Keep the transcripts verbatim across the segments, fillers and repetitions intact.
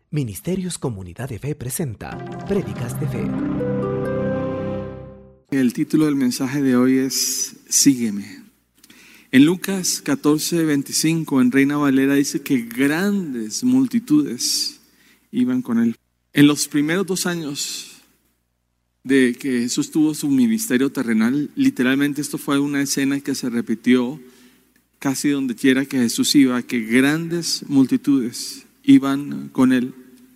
Ministerios Comunidad de Fe presenta Prédicas de Fe. El título del mensaje de hoy es Sígueme. En Lucas catorce veinticinco, en Reina Valera, dice que grandes multitudes iban con él. En los primeros dos años de que Jesús tuvo su ministerio terrenal, literalmente esto fue una escena que se repitió casi donde quiera que Jesús iba, que grandes multitudes iban con él.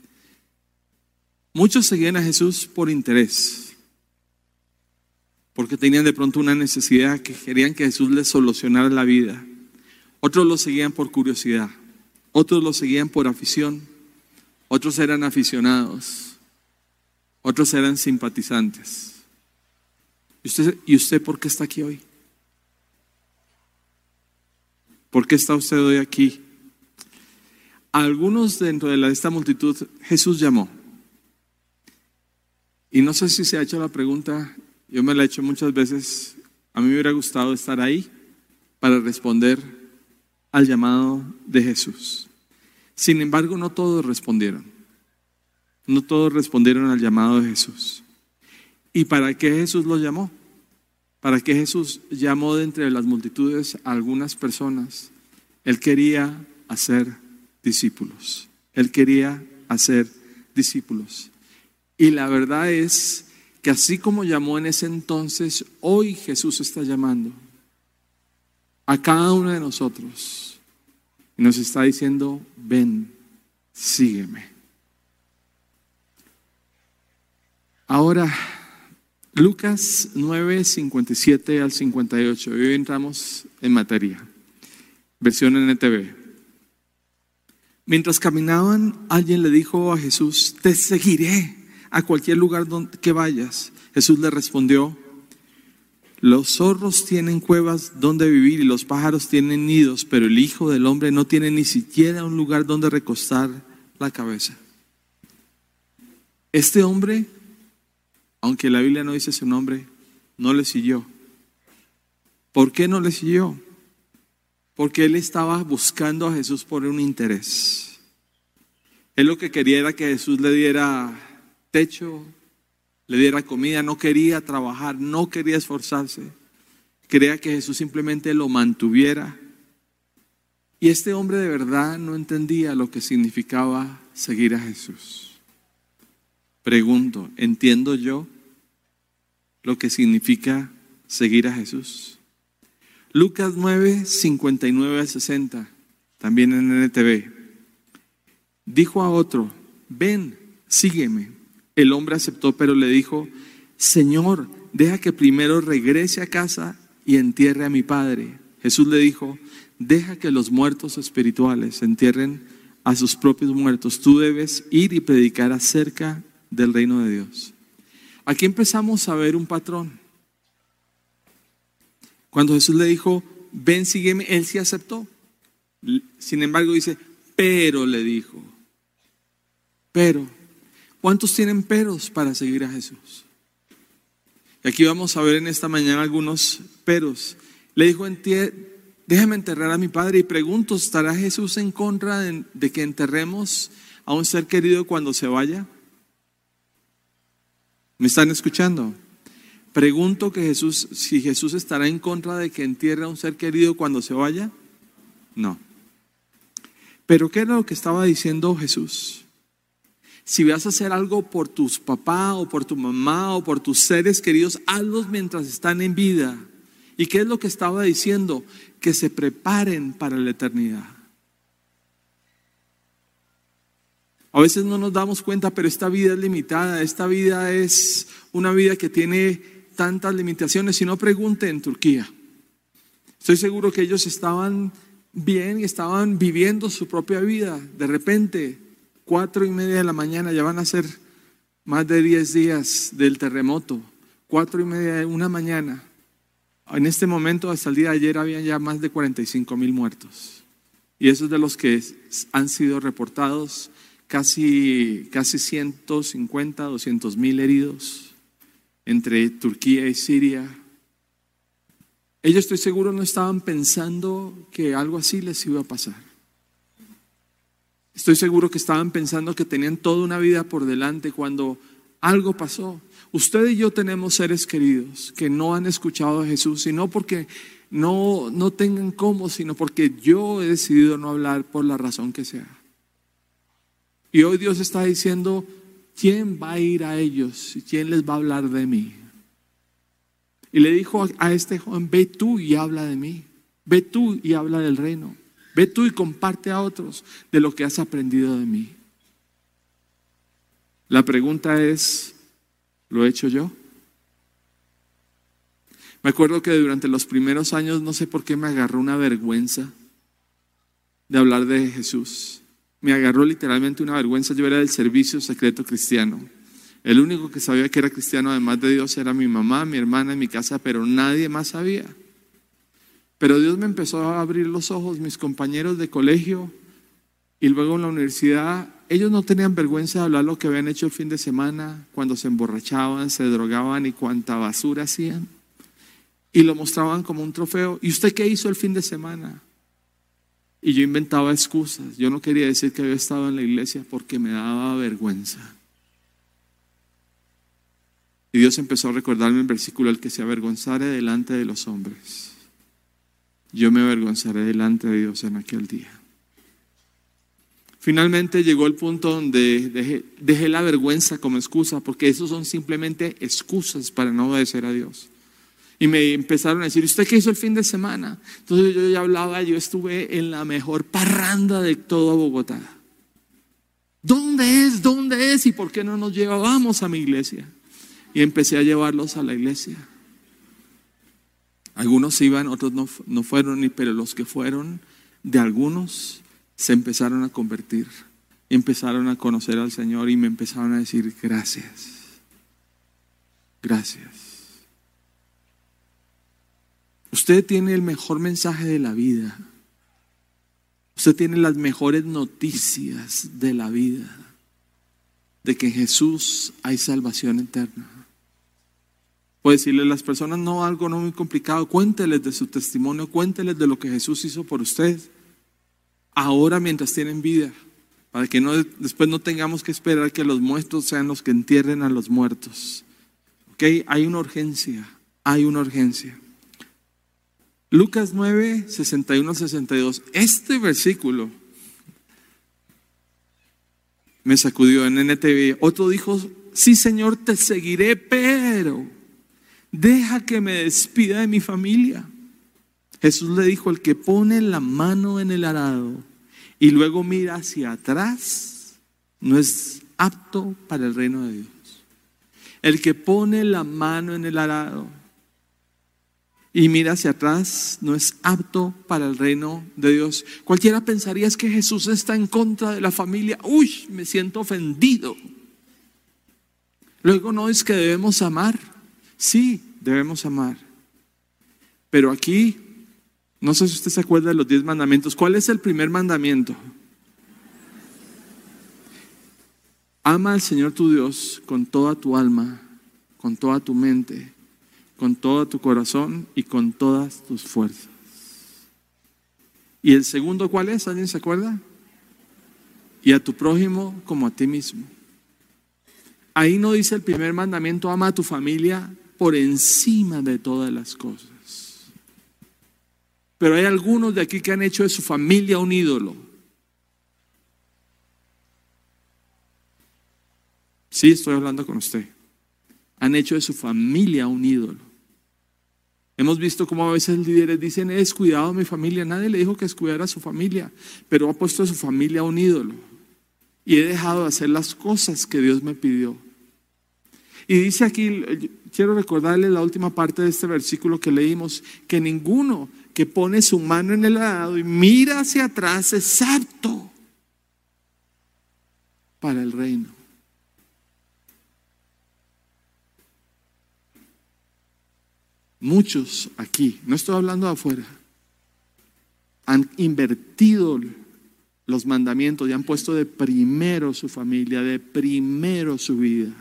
Muchos seguían a Jesús por interés, porque tenían de pronto una necesidad que querían que Jesús les solucionara la vida. Otros lo seguían por curiosidad, otros lo seguían por afición, otros eran aficionados, otros eran simpatizantes. ¿Y usted, ¿y usted por qué está aquí hoy? ¿Por qué está usted hoy aquí? A algunos dentro de la, esta multitud Jesús llamó. Y no sé si se ha hecho la pregunta, yo me la he hecho muchas veces. A mí me hubiera gustado estar ahí para responder al llamado de Jesús. Sin embargo, no todos respondieron. No todos respondieron al llamado de Jesús. ¿Y para qué Jesús los llamó? ¿Para qué Jesús llamó de entre las multitudes a algunas personas? Él quería hacer discípulos. Él quería hacer discípulos. Y la verdad es que así como llamó en ese entonces, hoy Jesús está llamando a cada uno de nosotros. Y nos está diciendo, ven, sígueme. Ahora, Lucas nueve, cincuenta y siete al cincuenta y ocho. Hoy entramos en materia. Versión N T V. Mientras caminaban, alguien le dijo a Jesús, te seguiré a cualquier lugar donde que vayas. Jesús le respondió, los zorros tienen cuevas donde vivir y los pájaros tienen nidos, pero el Hijo del Hombre no tiene ni siquiera un lugar donde recostar la cabeza. Este hombre, aunque la Biblia no dice su nombre, no le siguió. ¿Por qué no le siguió? Porque él estaba buscando a Jesús por un interés. Él lo que quería era que Jesús le diera techo, le diera comida, no quería trabajar, no quería esforzarse. Quería que Jesús simplemente lo mantuviera. Y este hombre de verdad no entendía lo que significaba seguir a Jesús. Pregunto, ¿entiendo yo lo que significa seguir a Jesús? Lucas nueve, cincuenta y nueve al sesenta, también en N T V. Dijo a otro, ven, sígueme. El hombre aceptó, pero le dijo, Señor, deja que primero regrese a casa y entierre a mi padre. Jesús le dijo, deja que los muertos espirituales entierren a sus propios muertos. Tú debes ir y predicar acerca del reino de Dios. Aquí empezamos a ver un patrón. Cuando Jesús le dijo, ven, sígueme, él sí aceptó. Sin embargo dice, pero le dijo, pero, ¿cuántos tienen peros para seguir a Jesús? Y aquí vamos a ver en esta mañana algunos peros. Le dijo, déjame enterrar a mi padre. Y pregunto, ¿estará Jesús en contra de, de que enterremos a un ser querido cuando se vaya? ¿Me están escuchando? Pregunto que Jesús, si Jesús estará en contra de que entierre a un ser querido cuando se vaya. No. Pero ¿qué era lo que estaba diciendo Jesús? Si vas a hacer algo por tus papás o por tu mamá o por tus seres queridos, hazlos mientras están en vida. ¿Y qué es lo que estaba diciendo? Que se preparen para la eternidad. A veces no nos damos cuenta, pero esta vida es limitada. Esta vida es una vida que tiene tantas limitaciones. Si no, pregunte en Turquía. Estoy seguro que ellos estaban bien y estaban viviendo su propia vida. De repente, cuatro y media de la mañana, ya van a ser más de diez días del terremoto. Cuatro y media de una mañana. En este momento, hasta el día de ayer, habían ya más de cuarenta y cinco mil muertos. Y esos de los que han sido reportados, casi, casi ciento cincuenta, doscientos mil heridos entre Turquía y Siria. Ellos, estoy seguro, no estaban pensando que algo así les iba a pasar. Estoy seguro que estaban pensando que tenían toda una vida por delante cuando algo pasó. Usted y yo tenemos seres queridos que no han escuchado a Jesús, y no porque no, no tengan cómo, sino porque yo he decidido no hablar por la razón que sea. Y hoy Dios está diciendo, ¿quién va a ir a ellos? ¿Y quién les va a hablar de mí? Y le dijo a este joven, ve tú y habla de mí. Ve tú y habla del reino. Ve tú y comparte a otros de lo que has aprendido de mí. La pregunta es, ¿lo he hecho yo? Me acuerdo que durante los primeros años, no sé por qué me agarró una vergüenza de hablar de Jesús. Me agarró literalmente una vergüenza. Yo era del servicio secreto cristiano. El único que sabía que era cristiano además de Dios era mi mamá, mi hermana en mi casa, pero nadie más sabía. Pero Dios me empezó a abrir los ojos, mis compañeros de colegio y luego en la universidad. Ellos no tenían vergüenza de hablar lo que habían hecho el fin de semana, cuando se emborrachaban, se drogaban y cuánta basura hacían. Y lo mostraban como un trofeo. ¿Y usted qué hizo el fin de semana? Y yo inventaba excusas. Yo no quería decir que había estado en la iglesia porque me daba vergüenza. Y Dios empezó a recordarme el versículo: el que se avergonzare delante de los hombres, yo me avergonzaré delante de Dios en aquel día. Finalmente llegó el punto donde dejé, dejé la vergüenza como excusa, porque esos son simplemente excusas para no obedecer a Dios. Y me empezaron a decir, ¿usted qué hizo el fin de semana? Entonces yo ya hablaba, yo estuve en la mejor parranda de toda Bogotá. ¿Dónde es? ¿Dónde es? ¿Y por qué no nos llevábamos a mi iglesia? Y empecé a llevarlos a la iglesia. Algunos iban, otros no, no fueron, pero los que fueron, de algunos se empezaron a convertir, empezaron a conocer al Señor y me empezaron a decir gracias, gracias. Usted tiene el mejor mensaje de la vida, usted tiene las mejores noticias de la vida, de que en Jesús hay salvación eterna. Puede decirle a las personas, no, algo no muy complicado, cuénteles de su testimonio, cuénteles de lo que Jesús hizo por usted. Ahora mientras tienen vida, para que no, después no tengamos que esperar que los muertos sean los que entierren a los muertos. ¿Ok? Hay una urgencia, hay una urgencia. Lucas nueve, sesenta y uno al sesenta y dos. Este versículo me sacudió en N T V. Otro dijo, sí Señor, te seguiré, pero deja que me despida de mi familia. Jesús le dijo, el que pone la mano en el arado y luego mira hacia atrás, no es apto para el reino de Dios. El que pone la mano en el arado y mira hacia atrás, no es apto para el reino de Dios. Cualquiera pensaría es que Jesús está en contra de la familia. Uy, me siento ofendido. Luego no es que debemos amar. Sí, debemos amar. Pero aquí, no sé si usted se acuerda de los diez mandamientos. ¿Cuál es el primer mandamiento? Ama al Señor tu Dios con toda tu alma, con toda tu mente, con todo tu corazón y con todas tus fuerzas. ¿Y el segundo cuál es? ¿Alguien se acuerda? Y a tu prójimo como a ti mismo. Ahí no dice el primer mandamiento, ama a tu familia por encima de todas las cosas. Pero hay algunos de aquí que han hecho de su familia un ídolo. Sí, estoy hablando con usted. Han hecho de su familia un ídolo. Hemos visto cómo a veces líderes dicen, he descuidado a mi familia. Nadie le dijo que descuidara a su familia, pero ha puesto a su familia un ídolo. Y he dejado de hacer las cosas que Dios me pidió. Y dice aquí, quiero recordarles la última parte de este versículo que leímos, que ninguno que pone su mano en el arado y mira hacia atrás es apto para el reino. Muchos aquí, no estoy hablando de afuera, han invertido los mandamientos y han puesto de primero su familia, de primero su vida.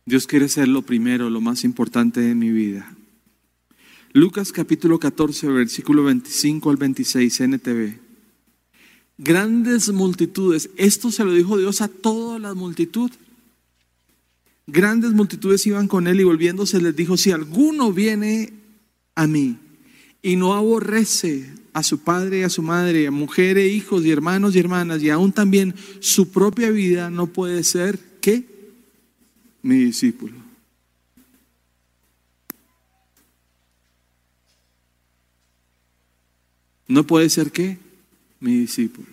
Dios quiere ser lo primero, lo más importante de mi vida. Lucas capítulo catorce, versículo veinticinco al veintiséis, N T V. Grandes multitudes, esto se lo dijo Dios a toda la multitud. Grandes multitudes iban con él y volviéndose les dijo: si alguno viene a mí y no aborrece a su padre y a su madre, a mujeres, hijos y hermanos y hermanas, y aún también su propia vida, no puede ser, ¿qué? Mi discípulo. No puede ser, ¿qué? Mi discípulo.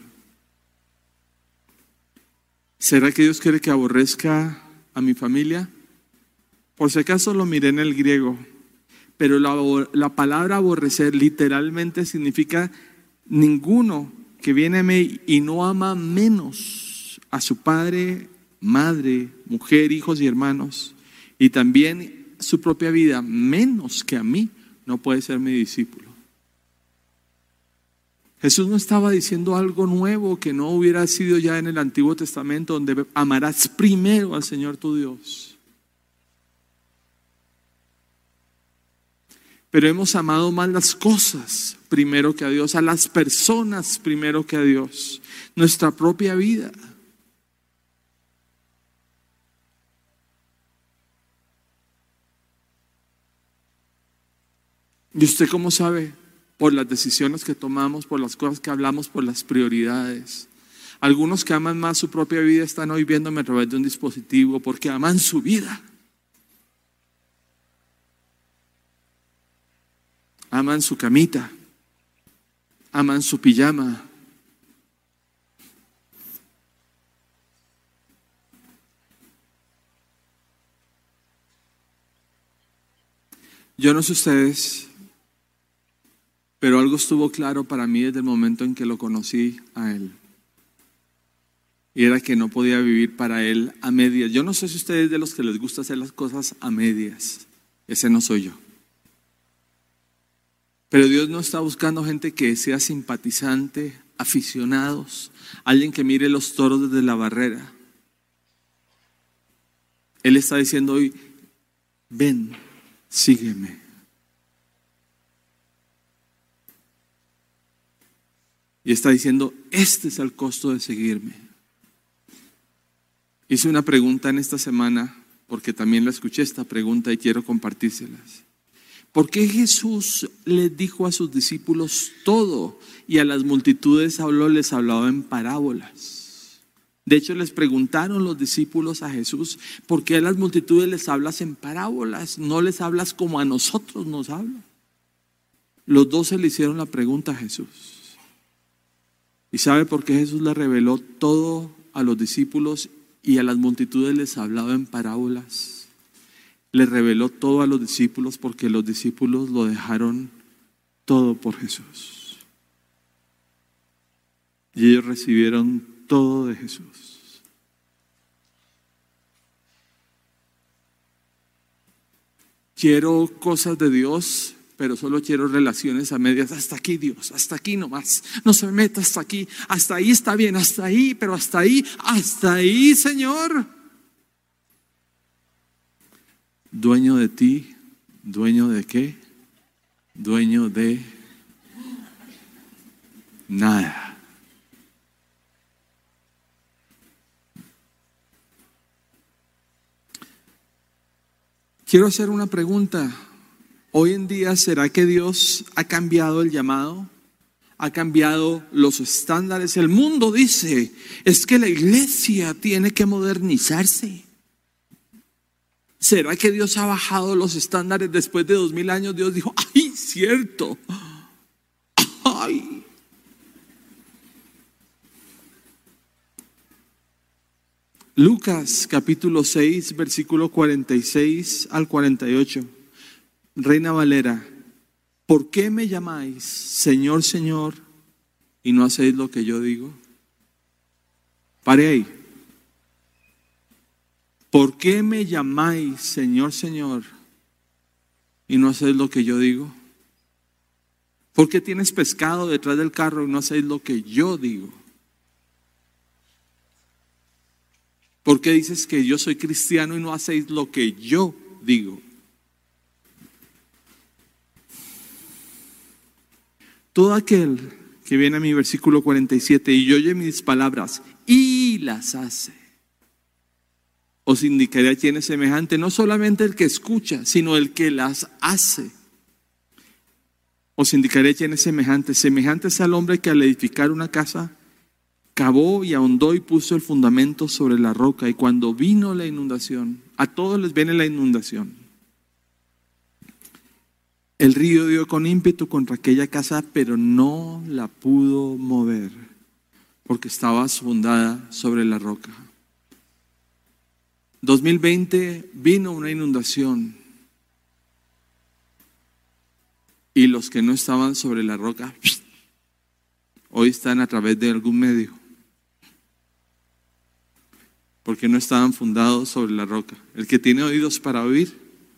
¿Será que Dios quiere que aborrezca a mi familia? Por si acaso lo miré en el griego, pero la, la palabra aborrecer literalmente significa ninguno que viene a mí y no ama menos a su padre, madre, mujer, hijos y hermanos, y también su propia vida, menos que a mí, no puede ser mi discípulo. Jesús no estaba diciendo algo nuevo que no hubiera sido ya en el Antiguo Testamento, donde amarás primero al Señor tu Dios. Pero hemos amado más las cosas primero que a Dios, a las personas primero que a Dios, nuestra propia vida. ¿Y usted cómo sabe? Por las decisiones que tomamos, por las cosas que hablamos, por las prioridades. Algunos que aman más su propia vida están hoy viéndome a través de un dispositivo porque aman su vida. Aman su camita, aman su pijama. Yo no sé ustedes, pero algo estuvo claro para mí desde el momento en que lo conocí a Él. Y era que no podía vivir para Él a medias. Yo no sé si ustedes de los que les gusta hacer las cosas a medias. Ese no soy yo. Pero Dios no está buscando gente que sea simpatizante, aficionados, alguien que mire los toros desde la barrera. Él está diciendo hoy: ven, sígueme. Y está diciendo: este es el costo de seguirme. Hice una pregunta en esta semana, porque también la escuché esta pregunta y quiero compartírselas. ¿Por qué Jesús les dijo a sus discípulos todo y a las multitudes habló, les hablaba en parábolas? De hecho, les preguntaron los discípulos a Jesús: ¿por qué a las multitudes les hablas en parábolas? No les hablas como a nosotros nos hablas. Los doce le hicieron la pregunta a Jesús. ¿Y sabe por qué Jesús le reveló todo a los discípulos y a las multitudes les hablaba en parábolas? Le reveló todo a los discípulos porque los discípulos lo dejaron todo por Jesús. Y ellos recibieron todo de Jesús. Quiero cosas de Dios, pero solo quiero relaciones a medias. Hasta aquí, Dios, hasta aquí nomás. No se me meta hasta aquí. Hasta ahí está bien, hasta ahí, pero hasta ahí, hasta ahí, Señor. Dueño de ti, dueño de qué? Dueño de nada. Quiero hacer una pregunta. Hoy en día, ¿será que Dios ha cambiado el llamado? ¿Ha cambiado los estándares? El mundo dice, es que la iglesia tiene que modernizarse. ¿Será que Dios ha bajado los estándares después de dos mil años? Dios dijo: ¡ay, cierto! ¡Ay! Lucas capítulo seis, versículo cuarenta y seis al cuarenta y ocho. Reina Valera: ¿por qué me llamáis Señor, Señor, y no hacéis lo que yo digo? Pare ahí. ¿Por qué me llamáis Señor, Señor, y no hacéis lo que yo digo? ¿Por qué tienes pescado detrás del carro y no hacéis lo que yo digo? ¿Por qué dices que yo soy cristiano y no hacéis lo que yo digo? Todo aquel que viene a mi versículo cuarenta y siete y oye mis palabras y las hace, os indicaré a quién es semejante, no solamente el que escucha, sino el que las hace. Os indicaré quién es semejante. Semejante es al hombre que al edificar una casa, cavó y ahondó y puso el fundamento sobre la roca. Y cuando vino la inundación, a todos les viene la inundación. El río dio con ímpetu contra aquella casa, pero no la pudo mover, porque estaba fundada sobre la roca. dos mil veinte vino una inundación. Y los que no estaban sobre la roca, hoy están a través de algún medio. Porque no estaban fundados sobre la roca. El que tiene oídos para oír,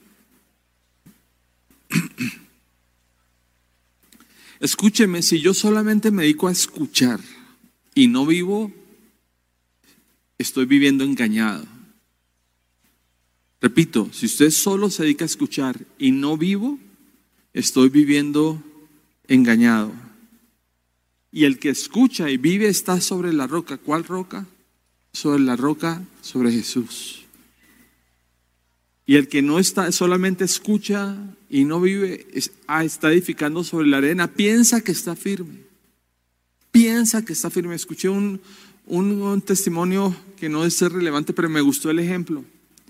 escúcheme, si yo solamente me dedico a escuchar y no vivo, estoy viviendo engañado. Repito, si usted solo se dedica a escuchar y no vivo, estoy viviendo engañado. Y el que escucha y vive está sobre la roca. ¿Cuál roca? Sobre la roca, sobre Jesús. Y el que no está, solamente escucha y no vive, es, ah, está edificando sobre la arena, piensa que está firme. Piensa que está firme. Escuché un, un, un testimonio que no es relevante, pero me gustó el ejemplo.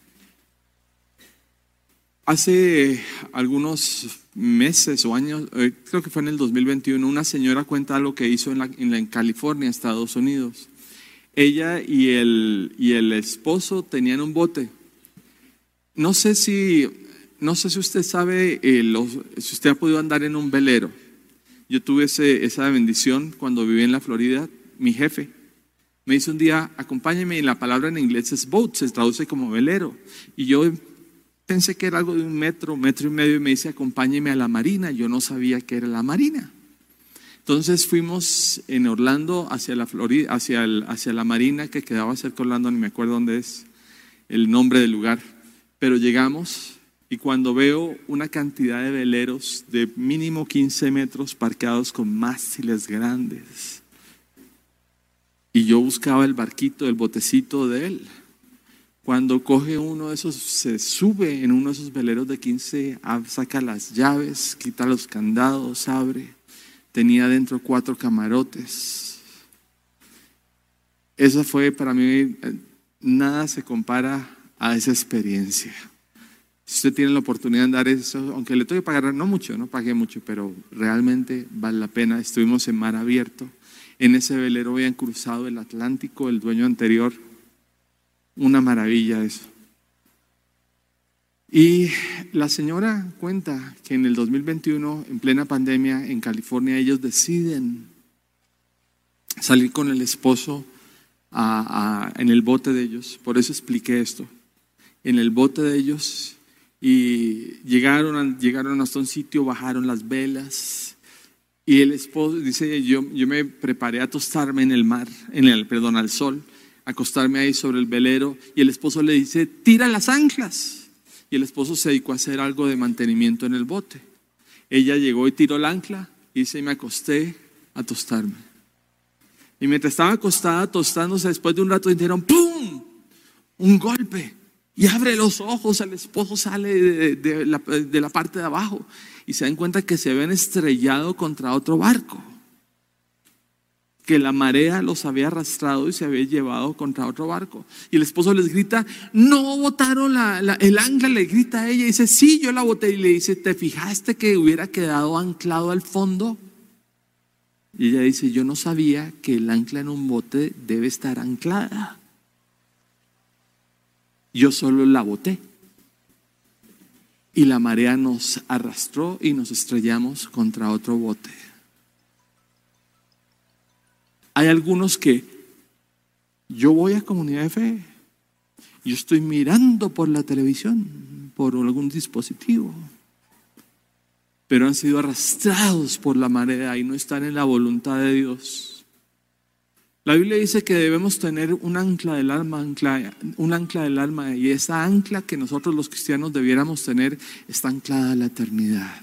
Hace algunos meses o años, eh, creo que fue en el dos mil veintiuno, una señora cuenta lo que hizo en, la, en, la, en California, Estados Unidos. Ella y el, y el esposo tenían un bote. No sé si, no sé si usted sabe, eh, los, si usted ha podido andar en un velero. Yo tuve ese, esa bendición cuando viví en la Florida. Mi jefe me dice un día, acompáñeme, y la palabra en inglés es boat, se traduce como velero. Y yo pensé que era algo de un metro, metro y medio, y me dice, acompáñeme a la marina. Yo no sabía que era la marina. Entonces fuimos en Orlando hacia la Florida, hacia, el, hacia la marina que quedaba cerca de Orlando, ni me acuerdo dónde es el nombre del lugar. Pero llegamos y cuando veo una cantidad de veleros de mínimo quince metros parqueados con mástiles grandes. Y yo buscaba el barquito, el botecito de él. Cuando coge uno de esos, se sube en uno de esos veleros de quince, saca las llaves, quita los candados, abre. Tenía dentro cuatro camarotes. Esa fue para mí, nada se compara a esa experiencia. Si usted tiene la oportunidad de andar eso, aunque le tengo que pagar, no mucho, no pagué mucho, pero realmente vale la pena. Estuvimos en mar abierto. En ese velero habían cruzado el Atlántico, el dueño anterior. Una maravilla eso. Y la señora cuenta que en el dos mil veintiuno, en plena pandemia, en California, ellos deciden salir con el esposo a, a, en el bote de ellos. Por eso expliqué esto. En el bote de ellos, y llegaron, llegaron hasta un sitio, bajaron las velas. Y el esposo dice, yo, yo me preparé a tostarme en el mar, en el, perdón, al sol, acostarme ahí sobre el velero. Y el esposo le dice, tira las anclas. Y el esposo se dedicó a hacer algo de mantenimiento en el bote. Ella llegó y tiró el ancla y dice, y me acosté a tostarme. Y mientras estaba acostada tostándose, después de un rato dijeron, ¡pum! Un golpe. Y abre los ojos, el esposo sale de, de, de, la, de la parte de abajo y se dan cuenta que se habían estrellado contra otro barco. Que la marea los había arrastrado y se había llevado contra otro barco. Y el esposo les grita, no botaron la, la, el ancla, le grita a ella. Y dice, sí, yo la boté. Y le dice, ¿te fijaste que hubiera quedado anclado al fondo? Y ella dice, yo no sabía que el ancla en un bote debe estar anclada. Yo solo la boté. Y la marea nos arrastró y nos estrellamos contra otro bote. Hay algunos que yo voy a comunidad de fe, yo estoy mirando por la televisión, por algún dispositivo, pero han sido arrastrados por la marea y no están en la voluntad de Dios. La Biblia dice que debemos tener un ancla del alma, ancla, un ancla del alma, y esa ancla que nosotros los cristianos debiéramos tener está anclada a la eternidad.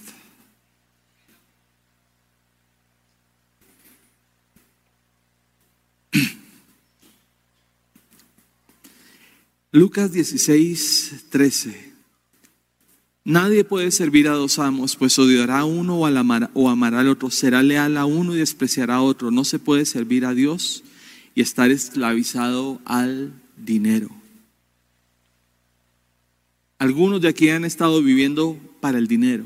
Lucas dieciséis, trece. Nadie puede servir a dos amos, pues odiará a uno o, al amar, o amará al otro, será leal a uno y despreciará a otro. No se puede servir a Dios y estar esclavizado al dinero. Algunos de aquí han estado viviendo para el dinero.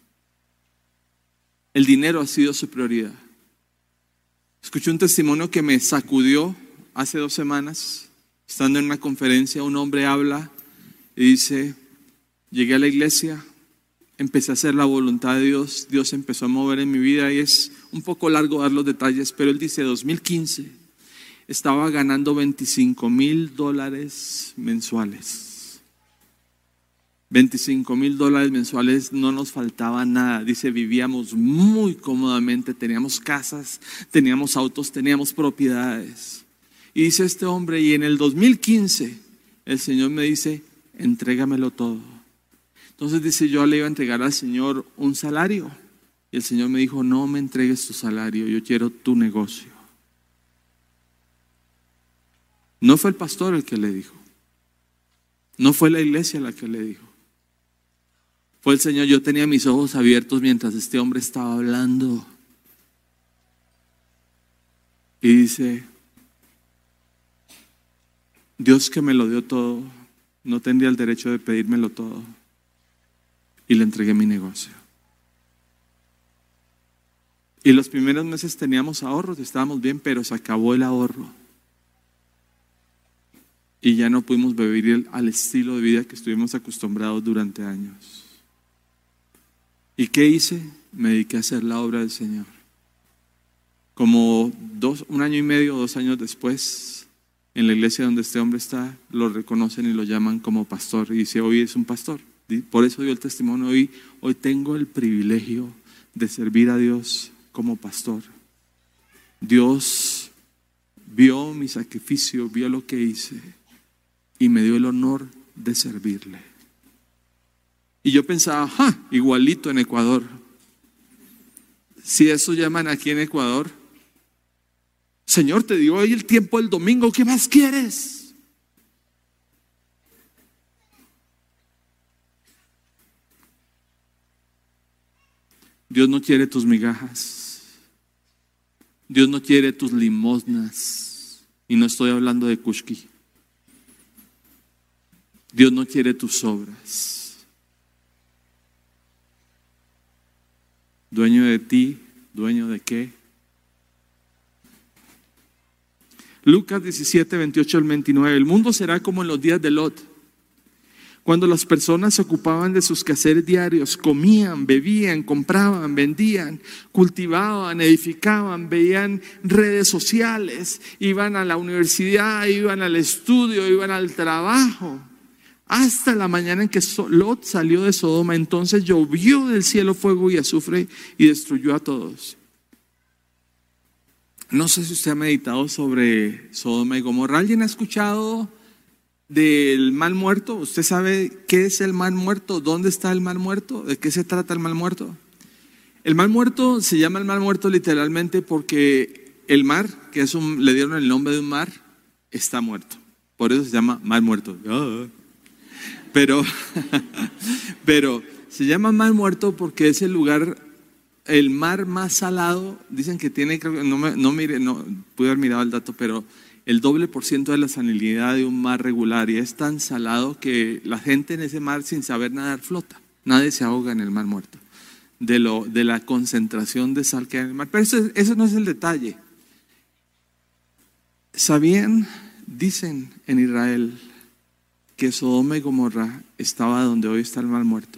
El dinero ha sido su prioridad. Escuché un testimonio que me sacudió hace dos semanas. Estando en una conferencia, un hombre habla y dice: llegué a la iglesia, empecé a hacer la voluntad de Dios, Dios empezó a mover en mi vida, y es un poco largo dar los detalles, pero él dice: dos mil quince estaba ganando veinticinco mil dólares mensuales. veinticinco mil dólares mensuales, no nos faltaba nada. Dice, vivíamos muy cómodamente, teníamos casas, teníamos autos, teníamos propiedades. Y dice este hombre, y en el dos mil quince el Señor me dice: entrégamelo todo. Entonces dice, yo le iba a entregar al Señor un salario, y el Señor me dijo: no me entregues tu salario, yo quiero tu negocio. No fue el pastor el que le dijo, no fue la iglesia la que le dijo, fue el Señor. Yo tenía mis ojos abiertos mientras este hombre estaba hablando, y dice: Dios, que me lo dio todo, no tendría el derecho de pedírmelo todo. Y le entregué mi negocio. Y los primeros meses teníamos ahorros, estábamos bien, pero se acabó el ahorro. Y ya no pudimos vivir al estilo de vida que estuvimos acostumbrados durante años. ¿Y qué hice? Me dediqué a hacer la obra del Señor. Como dos, un año y medio, dos años después, en la iglesia donde este hombre está, lo reconocen y lo llaman como pastor. Y dice, hoy es un pastor. Por eso dio el testimonio. Hoy, hoy tengo el privilegio de servir a Dios como pastor. Dios vio mi sacrificio, vio lo que hice y me dio el honor de servirle. Y yo pensaba, ¡ja! Igualito en Ecuador. Si eso llaman aquí en Ecuador: Señor, te dio hoy el tiempo del domingo, ¿qué más quieres? Dios no quiere tus migajas. Dios no quiere tus limosnas. Y no estoy hablando de kushki. Dios no quiere tus obras. Dueño de ti, dueño de qué. Lucas diecisiete, veintiocho al veintinueve. El mundo será como en los días de Lot, cuando las personas se ocupaban de sus quehaceres diarios, comían, bebían, compraban, vendían, cultivaban, edificaban, veían redes sociales, iban a la universidad, iban al estudio, iban al trabajo, hasta la mañana en que Lot salió de Sodoma. Entonces llovió del cielo fuego y azufre y destruyó a todos. No sé si usted ha meditado sobre Sodoma y Gomorra. ¿Alguien ha escuchado del mar muerto? ¿Usted sabe qué es el mar muerto? ¿Dónde está el mar muerto? ¿De qué se trata el mar muerto? El mar muerto se llama el mar muerto literalmente porque el mar, que es un, le dieron el nombre de un mar, está muerto. Por eso se llama mar muerto. Pero, pero se llama mar muerto porque es el lugar, el mar más salado. Dicen que tiene, creo que no, me, no mire, no pude haber mirado el dato, pero el doble por ciento de la salinidad de un mar regular, y es tan salado que la gente en ese mar, sin saber nadar, flota. Nadie se ahoga en el mar muerto de, lo, de la concentración de sal que hay en el mar. Pero eso, eso no es el detalle. ¿Sabían? Dicen en Israel que Sodoma y Gomorra estaba donde hoy está el mar muerto.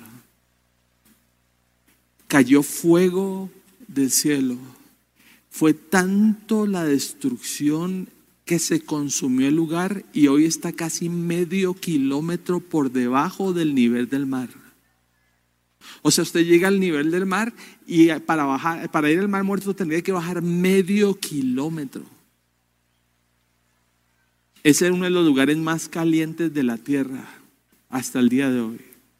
Cayó fuego del cielo. Fue tanto la destrucción que se consumió el lugar, y hoy está casi medio kilómetro por debajo del nivel del mar. O sea, usted llega al nivel del mar y para bajar, para ir al mar muerto tendría que bajar medio kilómetro. Ese era uno de los lugares más calientes de la tierra hasta el día de hoy.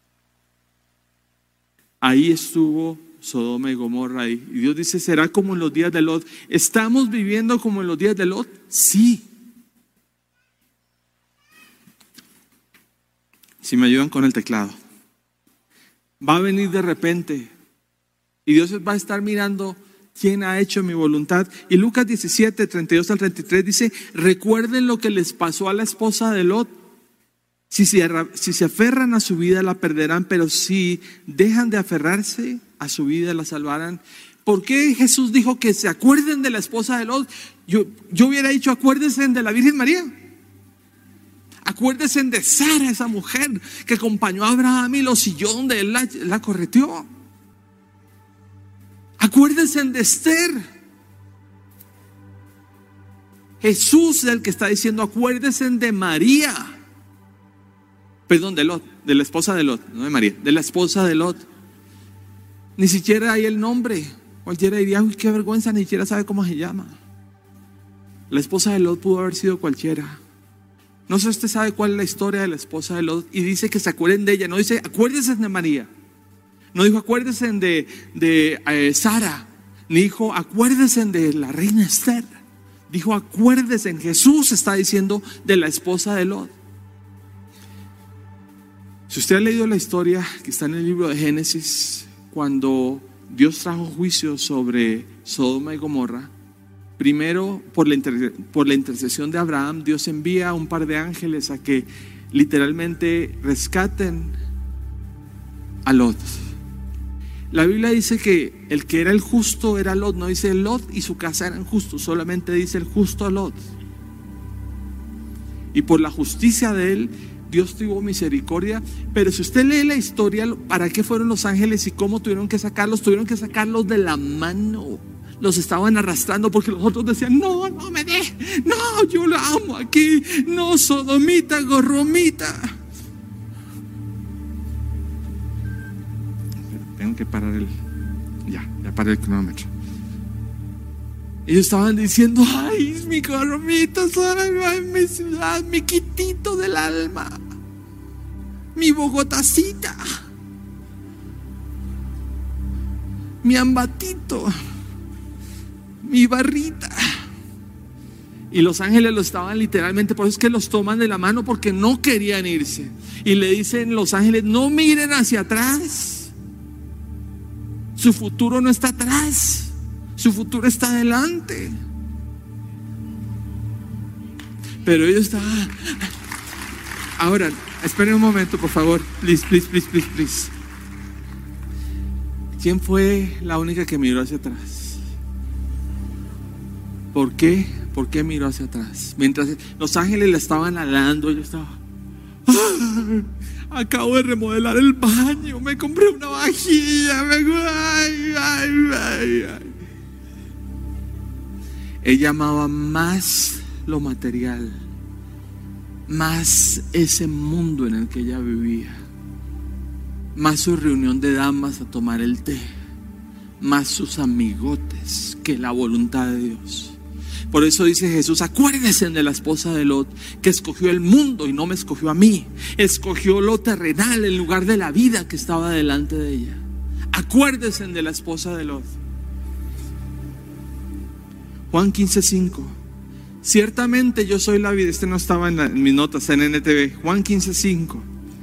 Ahí estuvo Sodoma y Gomorra. Y Dios dice, ¿será como en los días de Lot? ¿Estamos viviendo como en los días de Lot? Sí. Si me ayudan con el teclado. Va a venir de repente y Dios va a estar mirando quién ha hecho mi voluntad. Y Lucas diecisiete, treinta y dos al treinta y tres dice, recuerden lo que les pasó a la esposa de Lot. Si se, si se aferran a su vida la perderán, pero si dejan de aferrarse a su vida la salvarán. ¿Por qué Jesús dijo que se acuerden de la esposa de Lot? Yo, yo hubiera dicho, acuérdense de la Virgen María. Acuérdense de Sara, esa mujer que acompañó a Abraham y lo siguió donde él la, la correteó. Acuérdense de Esther. Jesús es el que está diciendo, acuérdense de María. Perdón, de Lot, de la esposa de Lot, no de María, de la esposa de Lot. Ni siquiera hay el nombre. Cualquiera diría, uy, qué vergüenza, ni siquiera sabe cómo se llama. La esposa de Lot pudo haber sido cualquiera. No sé si usted sabe cuál es la historia de la esposa de Lot y dice que se acuerden de ella. No dice, acuérdense de María. No dijo, acuérdense de, de eh, Sara. Ni dijo, acuérdense de la reina Esther. Dijo, acuérdense. Jesús está diciendo de la esposa de Lot. Si usted ha leído la historia que está en el libro de Génesis, cuando Dios trajo juicio sobre Sodoma y Gomorra, primero por la, inter, por la intercesión de Abraham, Dios envía a un par de ángeles a que literalmente rescaten a Lot. La Biblia dice que el que era el justo era Lot, no dice Lot y su casa eran justos, solamente dice el justo a Lot. Y por la justicia de él, Dios tuvo misericordia. Pero si usted lee la historia, ¿para qué fueron los ángeles y cómo tuvieron que sacarlos? Tuvieron que sacarlos de la mano. Los estaban arrastrando porque los otros decían, no, no me dé, no, yo la amo aquí, no, sodomita, gorromita. Tengo que parar el, ya, ya paré el cronómetro. Ellos estaban diciendo, ay, mi gorromita, ay, mi ciudad, mi quitito del alma, mi bogotacita, mi ambatito, mi barrita. Y los ángeles lo estaban literalmente, por eso es que los toman de la mano, porque no querían irse. Y le dicen los ángeles, no miren hacia atrás, su futuro no está atrás, su futuro está adelante. Pero ellos estaban. Ahora, esperen un momento, por favor. Please, please, please, please, please. ¿Quién fue la única que miró hacia atrás? ¿Por qué? ¿Por qué miró hacia atrás? Mientras los ángeles le estaban alando, yo estaba, ¡ah! Acabo de remodelar el baño, me compré una vajilla, me... ay, ay, ay, ay. Ella amaba más lo material, más ese mundo en el que ella vivía, más su reunión de damas a tomar el té, más sus amigotes que la voluntad de Dios. Por eso dice Jesús, acuérdense de la esposa de Lot, que escogió el mundo y no me escogió a mí. Escogió lo terrenal en lugar de la vida que estaba delante de ella. Acuérdense de la esposa de Lot. Juan quince cinco. Ciertamente yo soy la vid. Este no estaba en, la, en mis notas en N T V. Juan quince cinco.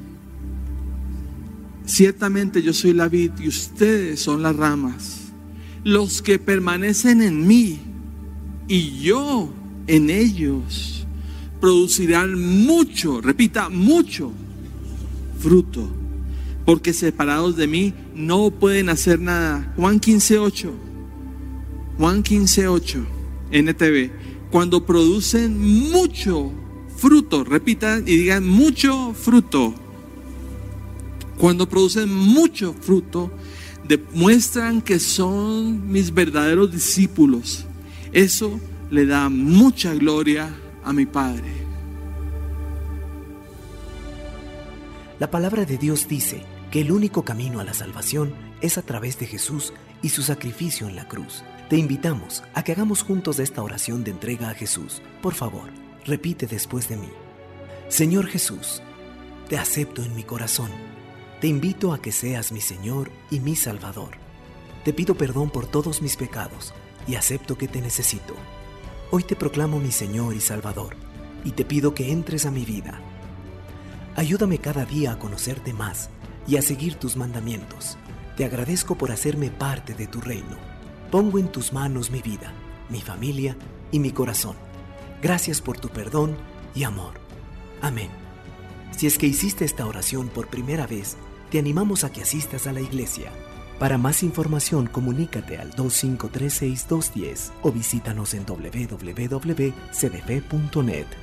Ciertamente yo soy la vid y ustedes son las ramas. Los que permanecen en mí y yo en ellos producirán mucho, repita, mucho fruto, porque separados de mí no pueden hacer nada. Juan quince ocho. Juan quince ocho, N T V. Cuando producen mucho fruto, repitan y digan mucho fruto. Cuando producen mucho fruto, demuestran que son mis verdaderos discípulos. Eso le da mucha gloria a mi Padre. La palabra de Dios dice que el único camino a la salvación es a través de Jesús y su sacrificio en la cruz. Te invitamos a que hagamos juntos esta oración de entrega a Jesús. Por favor, Repite después de mí: Señor Jesús, te acepto en mi corazón. Te invito a que seas mi Señor y mi Salvador. Te pido perdón por todos mis pecados y acepto que te necesito. Hoy te proclamo mi Señor y Salvador y te pido que entres a mi vida. Ayúdame cada día a conocerte más y a seguir tus mandamientos. Te agradezco por hacerme parte de tu reino. Pongo en tus manos mi vida, mi familia y mi corazón. Gracias por tu perdón y amor. Amén. Si es que hiciste esta oración por primera vez, te animamos a que asistas a la iglesia. Para más información, comunícate al dos cinco tres seis dos uno cero o visítanos en doble u doble u doble u punto c d f punto net.